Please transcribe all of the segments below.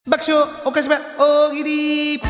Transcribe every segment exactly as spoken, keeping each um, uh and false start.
爆笑岡島大喜利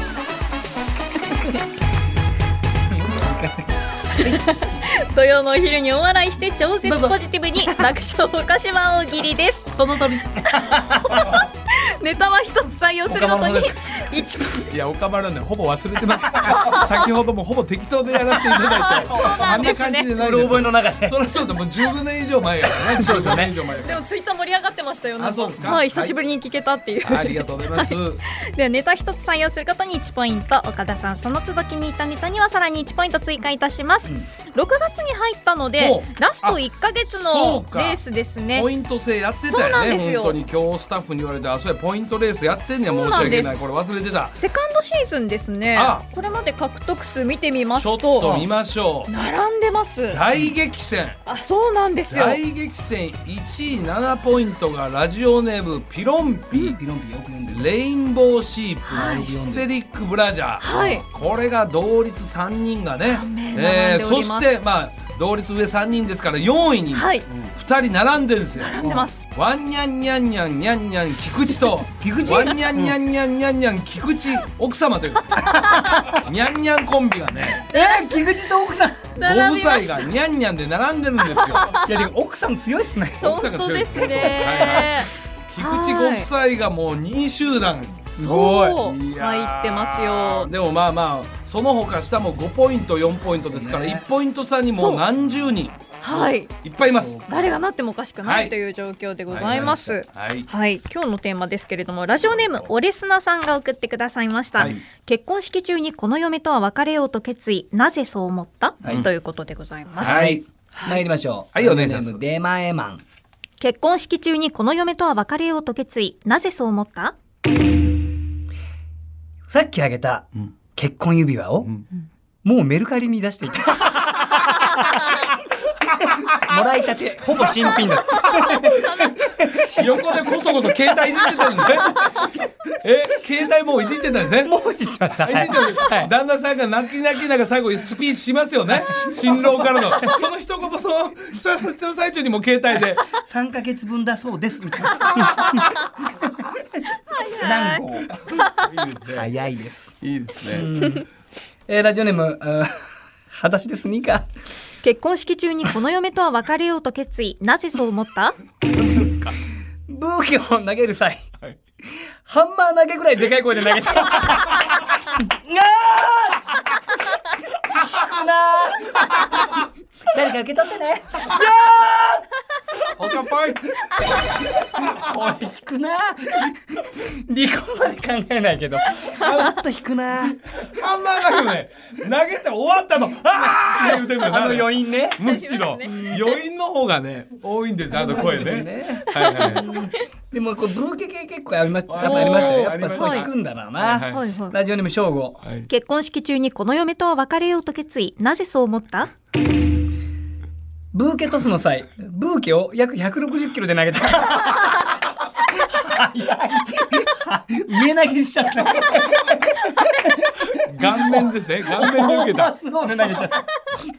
土曜のお昼にお笑いして超絶ポジティブに爆笑岡島大喜利です。 その度ネタは一つ採用するごとにいちポイント。 いや岡丸ねほぼ忘れてます先ほどもほぼ適当でやらせていただいてあんですね、 あんな感じでないですうろ覚えの中でそりゃそうだもうじゅうねん以上前やからねそうですよねでもツイッター盛り上がってましたよ。なんかあそうですかはい、久しぶりに聞けたっていう、 はい、ありがとうございます、はい、 ではネタ一つ採用するごとにいちポイント、岡田さんその都度気に入ったネタにはさらにいちポイント追加いたします、うん、ろくがつに入ったのでラストいっかげつのレースですね。 ポイント制やってたよね。そうなんですよ。本当に今日スタッフに言われて、あ、そうやポイントレースやってんねや、申し訳ない、これ忘れてた。 セカンドシーズンですね。これまで獲得数見てみますと、 ちょっと見ましょう。 並んでます。 大激戦。 あ、そうなんですよ。 大激戦いちいななポイントがラジオネームピロンピ、うん、 ピロンピよく読んでる。 レインボーシープ、はい、ヒステリックブラジャー、 はい、 これが同率さんにんがね、えー、そしてまあ同率上さんにんですからよんいにふたり並んでるんですよ。 並んでます。 ワンニャンニャンニャンニャンニャン菊池と菊池ワンニャンニャンニャンニャンニャン菊池奥様というニャンニャンコンビがね、 えー、菊池と奥さんご夫妻がニャンニャンで並んでるんですよ。 いやでも奥さん強いっすね。 奥さんが強いですね。はいはい、菊池ご夫妻がもうにい集団すごい入ってますよ。 でもまあまあその他下もごポイントよんポイントですから、ね、いちポイント差にもう何十人はい、 いっぱいいます。 誰がなってもおかしくない、はい、という状況でございます。 はい、 はい、今日のテーマですけれども、ラジオネームオレスナさんが送ってくださいました、はい、結婚式中にこの嫁とは別れようと決意、なぜそう思った、はい、ということでございます。 はい、参りましょう。 はい、お願いします。 デマエマン。 結婚式中にこの嫁とは別れようと決意、なぜそう思った。 さっきあげた結婚指輪を、うん、もうメルカリに出していたもらいたてほぼ新品だ横でこそこそ携帯いじってたんですねえ、携帯もういじってたんですね。 もういじってました、 いじってました、はい、旦那さんが泣き泣きながら最後にスピーチしますよね新郎からのその一言のその最中にも携帯でさんかげつぶんだそうですみたいな何号いいですね。早いです。 いいですね、 うんえー、ラジオネーム裸足でスニーカー。 結婚式中にこの嫁とは別れようと決意、なぜそう思った。 ブーケを投げる際、はい、ハンマー投げぐらいでかい声で投げたなあ誰か受け取ってね他ぽいおい引くな離婚まで考えないけどちょっと引くな。 ハンマー投げね投げて終わったのあー言うてんのよ。 あの余韻ね。 むしろ余韻の方がね多いんですあの声ねはいはい。 でもこうブーケ系結構ありましたやっぱありましたよ。やっぱそう引くんだな、はいはい、ラジオネーム正吾、はい、 結婚式中にこの嫁とは別れようと決意、なぜそう思った。 ブーケトスの際、ブーケを約ひゃくろくじゅっキロで投げた上投げしちゃった顔面ですね。顔面で受けた。 スローで投げちゃった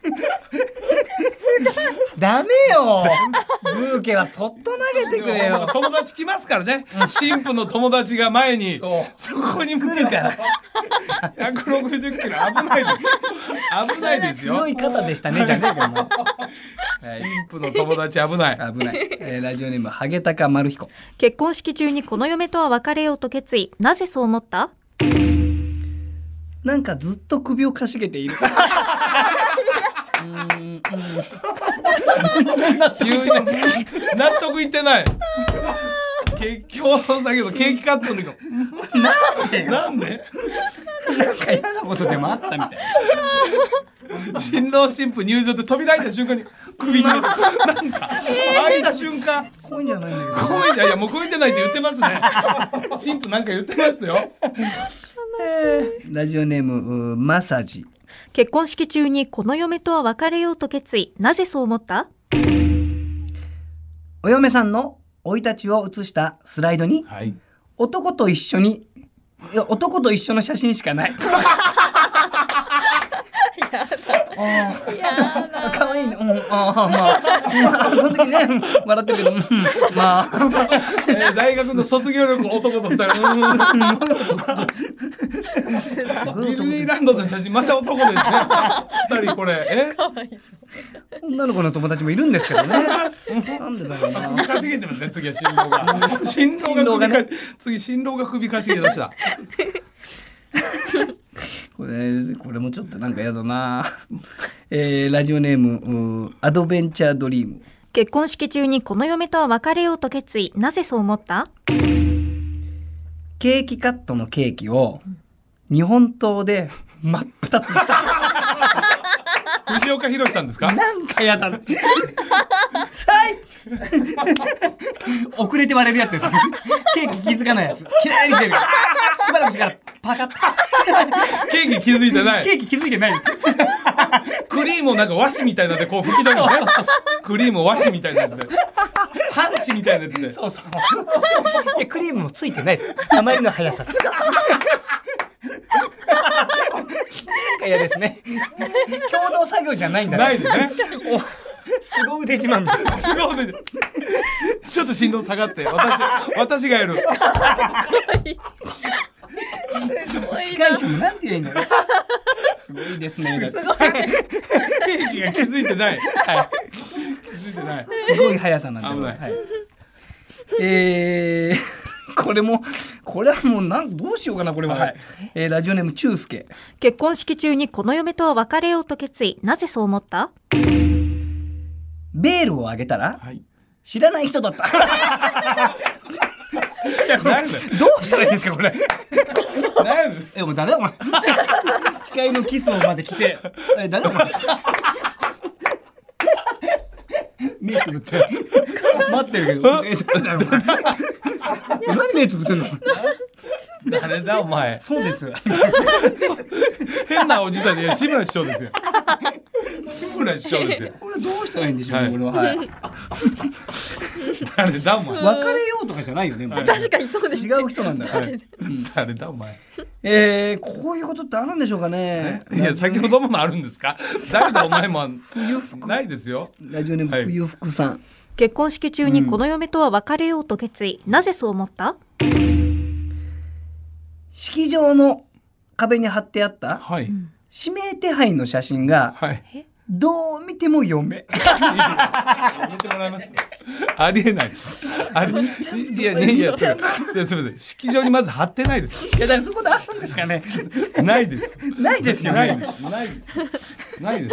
ダメよブーケはそっと投げてくれよ。 友達来ますからね新婦の友達が前に そ, そこに向けたらひゃくろくじゅっキロ危ないです危ないですよ。 強い方でしたねじゃねえか新婦の友達危ない危ない、えー、ラジオネームハゲタカマルヒコ。 結婚式中にこの嫁とは別れようと決意、なぜそう思った。 なんかずっと首をかしげているうーん、うん、納得いってない結婚だけどケーキカットのなんでなんでなんか嫌なことでもあったみたいな新郎新婦入場で飛び出した瞬間に首になんか開いた瞬間こういうんじゃないんだけどこういうんじゃいやもうこういうんじゃないって言ってますね新婦なんか言ってますよラジオネームマサジ。 結婚式中にこの嫁とは別れようと決意、なぜそう思った。 お嫁さんの生い立ちを写したスライドに、はい、男と一緒にいや男と一緒の写真しかないあ可愛いね、うん、ああまあ、まあ、この時ね笑ってるけど、うん、まあ、 えー、大学の卒業旅行男と二人、うんディズニーランドの写真また男ですね二人これえ女の子の友達もいるんですけどねなんでだろうな。 首かしげてますね。次は新郎が新郎が首か次新郎が首かしげ出したこれこれもちょっとなんかやだな、えー、ラジオネームアドベンチャードリーム。 結婚式中にこの嫁とは別れようと決意、なぜそう思った？ ケーキカットのケーキを日本刀で真っ二つにした藤岡弘さんですか？ なんかやださい遅れて割れるやつです。ケーキ気づかないやつ、きれいに出るからしばらくしてからパカッケーキ気づいてない。 ケーキ気づいてないクリームをなんか和紙みたいなのでこう吹き出るのねクリームを和紙みたいなやつで半紙みたいなやつでそうそういやクリームもついてないです。あまりの速さなんか嫌ですね。共同作業じゃないんだないでねすご腕自慢みたいな。 すご腕ちょっと振動下がって私私がやる司会者もなんて言うんだろう。すごいですね。 ケーキが気づいてない、はい、気づいてない。 すごい速さなんで。 危ない、 はい、えー、これもこれはもうなんどうしようかなこれは、はい、えー、ラジオネームチュウスケ。 結婚式中にこの嫁とは別れようと決意、なぜそう思った？ ベールをあげたら、はい、知らない人だったいやこれどうしたらいいんですかこれえ、もう誰だお前誓いのキスをまで来てえ、誰だお前目つぶって待ってるけどえ、誰だお前何目つぶってんの誰だお前。 そうです変なおじさんで志村師匠ですよ志村師匠ですよ。 これどうしたらいいんでしょうね、これは、はい、 誰だお前。 別れようとかじゃないよね、 はい、確かにそうです、ね、 違う人なんだ、はい、 誰だお前。 えー、こういうことってあるんでしょうかね。 いや先ほどもあるんですか。誰だお前も冬服ないですよ。 ラジオネーム冬服さん、はい、 結婚式中にこの嫁とは別れようと決意、うん、なぜそう思った？式場の壁に貼ってあった、はい、指名手配の写真が、はい、どう見ても嫁。 やめてもらいますよ。ありえない。ありいやいやいや、すみません。式場にまず貼ってないです。 いやだからそこであるんですかね。 ないです。 ないですよね。 ないです。ないです。ないです。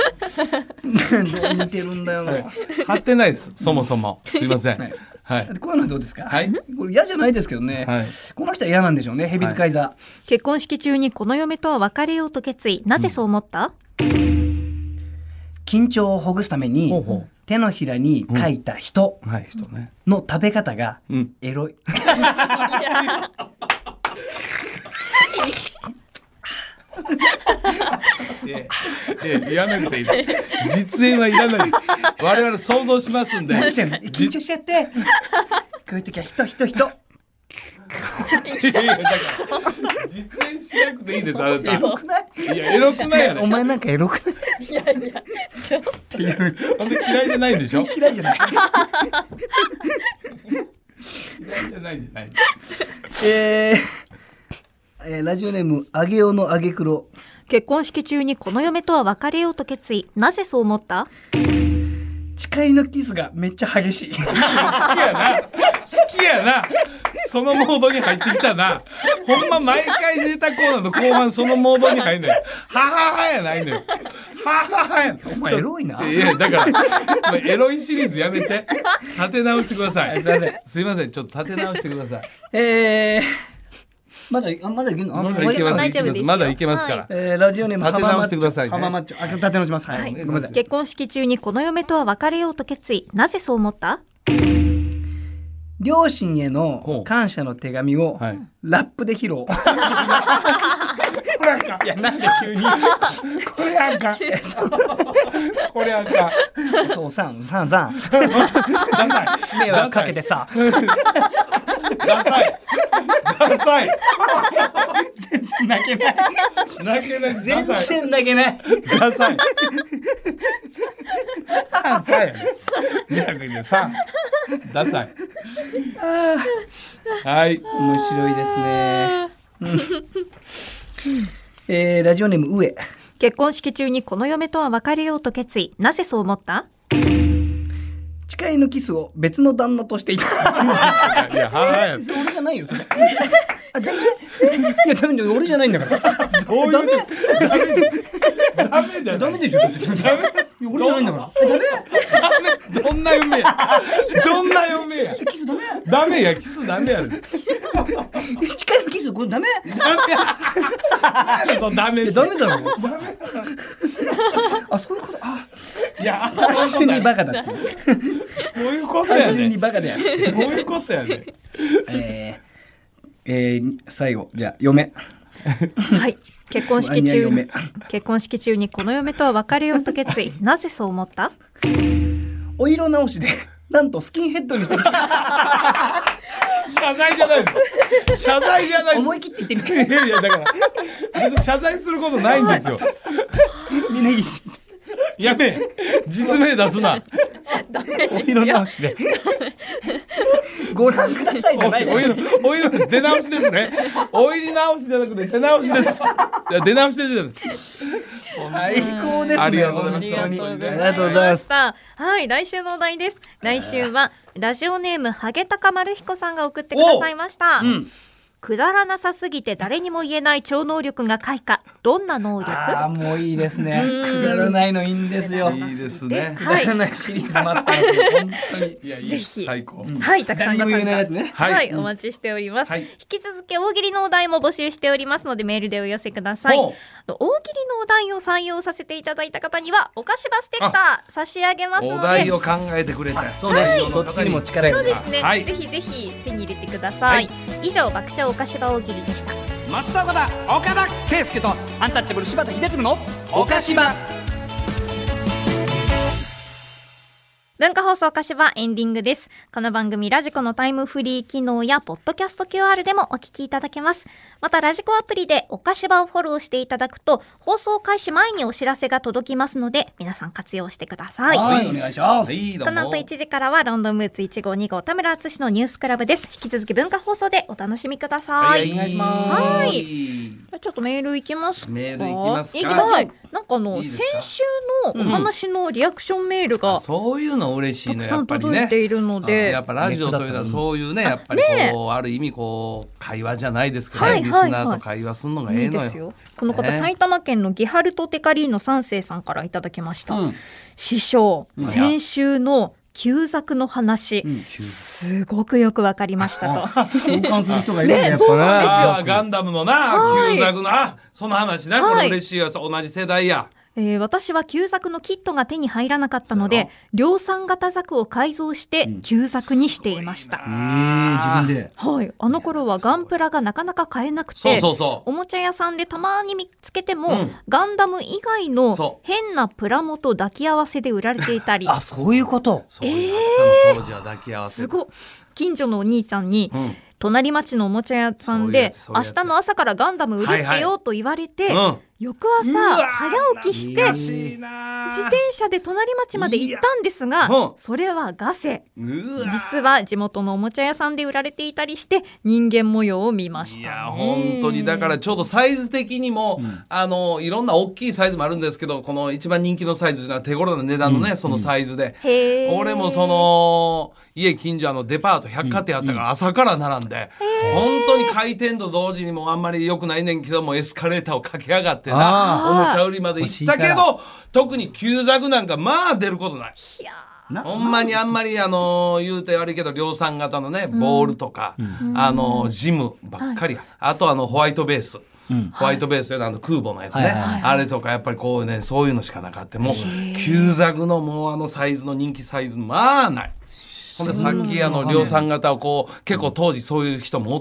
どう似てるんだよな、はい。 貼ってないです。そもそも。すいません。はいはい、こういうのはどうですか？ はい、 これ嫌じゃないですけどね、はい、この人は嫌なんでしょうね。ヘビ使い座、はい、 結婚式中にこの嫁とは別れようと決意、なぜそう思った？うん、 緊張をほぐすためにほうほう手のひらに書いた人の食べ方がエロい、うんいやらなくていいです。実演はいらないです。我々想像しますんで。 緊張しちゃってこういう時は人人人いやいやだから実演しなくていいです。あなたエロくない？ いやエロくないやね。 お前なんかエロくない？ いやいやちょっとほんで嫌いじゃないんでしょ？ 嫌いじゃない嫌いじゃないんじゃない。 えーえー、ラジオネームあげおのあげくろ。 結婚式中にこの嫁とは別れようと決意、なぜそう思った？ 誓いのキスがめっちゃ激しい。好きやな好きやなそのモードに入ってきたな。ほんま毎回ネタコーナーの後半そのモードに入んねん。はははやないねん。はははや。 お前エロいな。 いやだからエロいシリーズやめて立て直してください。 すいませんすいませんちょっと立て直してください。 えーまだまだいけるの？ まだいけます。まだいけますから。 えー、ラジオネーム立て直してくださいね。 浜マッチョ。あ、立て直します。はい。 はい、ごめんなさい。結婚式中にこの嫁とは別れようと決意、なぜそう思った？ 両親への感謝の手紙をラップで披露。これあかん。いやなんで急にこれあかん。これあかん。 お父さんさんさん迷惑かけてさダサいダサい全然泣けない泣けないダ全サい然泣けないダサい三歳やねにひゃくにじゅうさんダサいはい面白いですね、えー、ラジオネーム上。 結婚式中にこの嫁とは別れようと決意。なぜそう思った？ 誓いのキスを別の旦那としていた。 いや母やそれ俺じゃないよそれ。あ、ダメ。いやダメだよ俺じゃないんだから。 どういうダメダメじゃダメでしょ。だってダメ。いや俺じゃないんだから。えダメ。 ダメどんな嫁やどんな嫁やキスダメ。 ダメやキスダメやる誓いのキスこれダメ。 ダメやそうダメいやダメだろ。あそういうこと。あいや単純にバカだって。 こういうことや単純ねにバカだよ。 こういうことやねえーえー、最後じゃあ嫁。 はい。結婚式中に嫁結婚式中にこの嫁とは別れようと決意。なぜそう思った？ お色直しでなんとスキンヘッドにしてきた。 謝罪じゃないです謝罪じゃないです思い切って言ってみいやいやだから別に謝罪することないんですよ峯岸やめえ実名出すなお色直しでご覧くださいじゃないの。 お色お色出直しですねお入り直しじゃなくて出直しですいや出直しで出てる最高ですね。 ありがとうございますありがとうございました。 ありがとうございますはい、来週のお題です。来週はラジオネームハゲタカマルヒコさんが送ってくださいました。 うんくだらなさすぎて誰にも言えない超能力が開花。どんな能力？ ああもういいですね。 うんくだらないのいいんですよ。 いいですねくだらないシリーズ待ってますよ本当に。 いやいいぜひ最高はい、たくさんご参誰にも言えないやつ加。 ね。 はい、 はいお待ちしております、 はい引き続き大喜利のお題も募集しておりますのでメールでお寄せください。 ほ大喜利のお題を採用させていただいた方にはお菓子場ステッカー差し上げますので、 お題を考えてくれたそうねそっちにも力がそうですね、 はいぜひぜひ手に入れてください、 は以上爆笑お菓子場大喜利でした。 増田岡田岡田圭佑とアンタッチャブル柴田秀嗣の岡島。 文化放送菓子場エンディングです。この番組ラジコのタイムフリー機能やポッドキャスト キューアール でもお聞きいただけます。またラジコアプリでお菓子場をフォローしていただくと放送開始前にお知らせが届きますので皆さん活用してください。 はいお願いします。 いいどうもこの後いちじからはロンドンブーツいちごうにごう田村敦のニュースクラブです。引き続き文化放送でお楽しみください。 お願いしますはいじゃあちょっとメールいきますか。 メールいきますかいきますなんかあのいいですか先週のお話のリアクションメールがそういうの嬉しいねたくさんやっぱりね届いているので、 やっぱラジオというのはそういうねやっぱりこうある意味こう会話じゃないですけどねはいリスナーと会話するのがえいえのよいですよ。この方、 ね埼玉県のギハルトテカリーノ三世さんからいただきました、 うん師匠、 うん先週の旧作の話、 うんすごくよくわかりましたと。 共感する人がいるんだねやっぱそうなんですよあーガンダムのなはい旧作のあその話なこはいれ嬉しいわ同じ世代やえー私は旧作のキットが手に入らなかったので量産型ザクを改造して旧作にしていました、 えー、自分ではい、あの頃はガンプラがなかなか買えなくてそうそうそうおもちゃ屋さんでたまに見つけても、 うんガンダム以外のそう変なプラモと抱き合わせで売られていたりあそういうことそういうのあったの当時は抱き合わせすごい近所のお兄さんに、 うん隣町のおもちゃ屋さんでそういうやつそういうやつ明日の朝からガンダム売るってよと言われて、 うん翌朝うわ早起きして懐かしいな自転車で隣町まで行ったんですが、 いやうんそれはガセ。 うわ実は地元のおもちゃ屋さんで売られていたりして人間模様を見ましたね。 いや本当にだからちょうどサイズ的にも、 うんあのいろんな大きいサイズもあるんですけどこの一番人気のサイズというのは手頃な値段のね、 うんそのサイズで、 へー俺もその家近所あのデパート百貨店あったから朝から並んで、本当に開店と同時にもうあんまり良くないねんけどもエスカレーターを駆け上がってなあおもちゃ売りまで行ったけ欲しいど特に旧作なんかまあ出ることない。 いやなほんまにあんまりあの言うて悪いけど量産型のねボールとか、あのジムばっかりや、あとあのホワイトベース、 うんホワイトベースというのはあの空母のやつね、 はいはいはいあれとかやっぱりこうねそういうのしかなかったもう旧作のもうあのサイズの人気サイズまあない。ほんでさっきあの量産型をこう結構当時そういう人もおったのよ。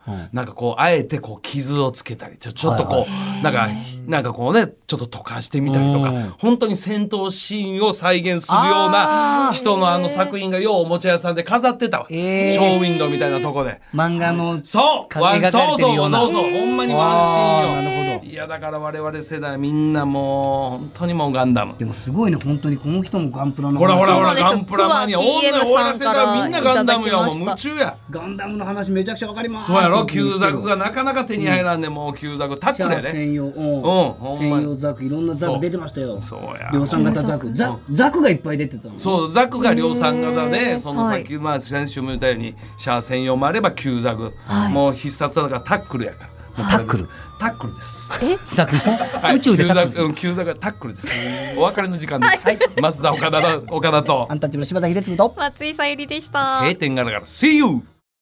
なんかこうあえてこう傷をつけたりちょちょっとこう、はいはい、なんかなんかこうねちょっと溶かしてみたりとか、本当に戦闘シーンを再現するような人のあの作品がようおもちゃ屋さんで飾ってたわ、えー、ショーウィンドウみたいなとこで漫画のそう描かれてるようなそうそうそうそうほんまにワンシーンよ。 なるほど。 いやだから我々世代みんなもう本当にもうガンダムでもすごいね本当にこの人もガンプラの話ほらほらほらガンプラマニア女の俺ら世代みんなガンダムやもう夢中や。 ガンダムの話めちゃくちゃわかります。 そうやろ旧ザクがなかなか手に入らんね、うん、もう旧ザクタックルやね専用、うんうん、 専用ザクいろんなザク出てましたよ。 そうや量産型ザクザ、ザクがいっぱい出てたの。 そうザクが量産型でそのさっき、はい、まあ先週も言ったようにシャア専用もあれば旧ザク、はい、もう必殺だからタックルやからタックルタックルですえザク、はい、宇宙でタックル旧ザクがタックルですお別れの時間です、はい、増田岡田岡田とアンタッチャブル柴田秀嗣と松井さゆりでした。 閉店ガラガラ See you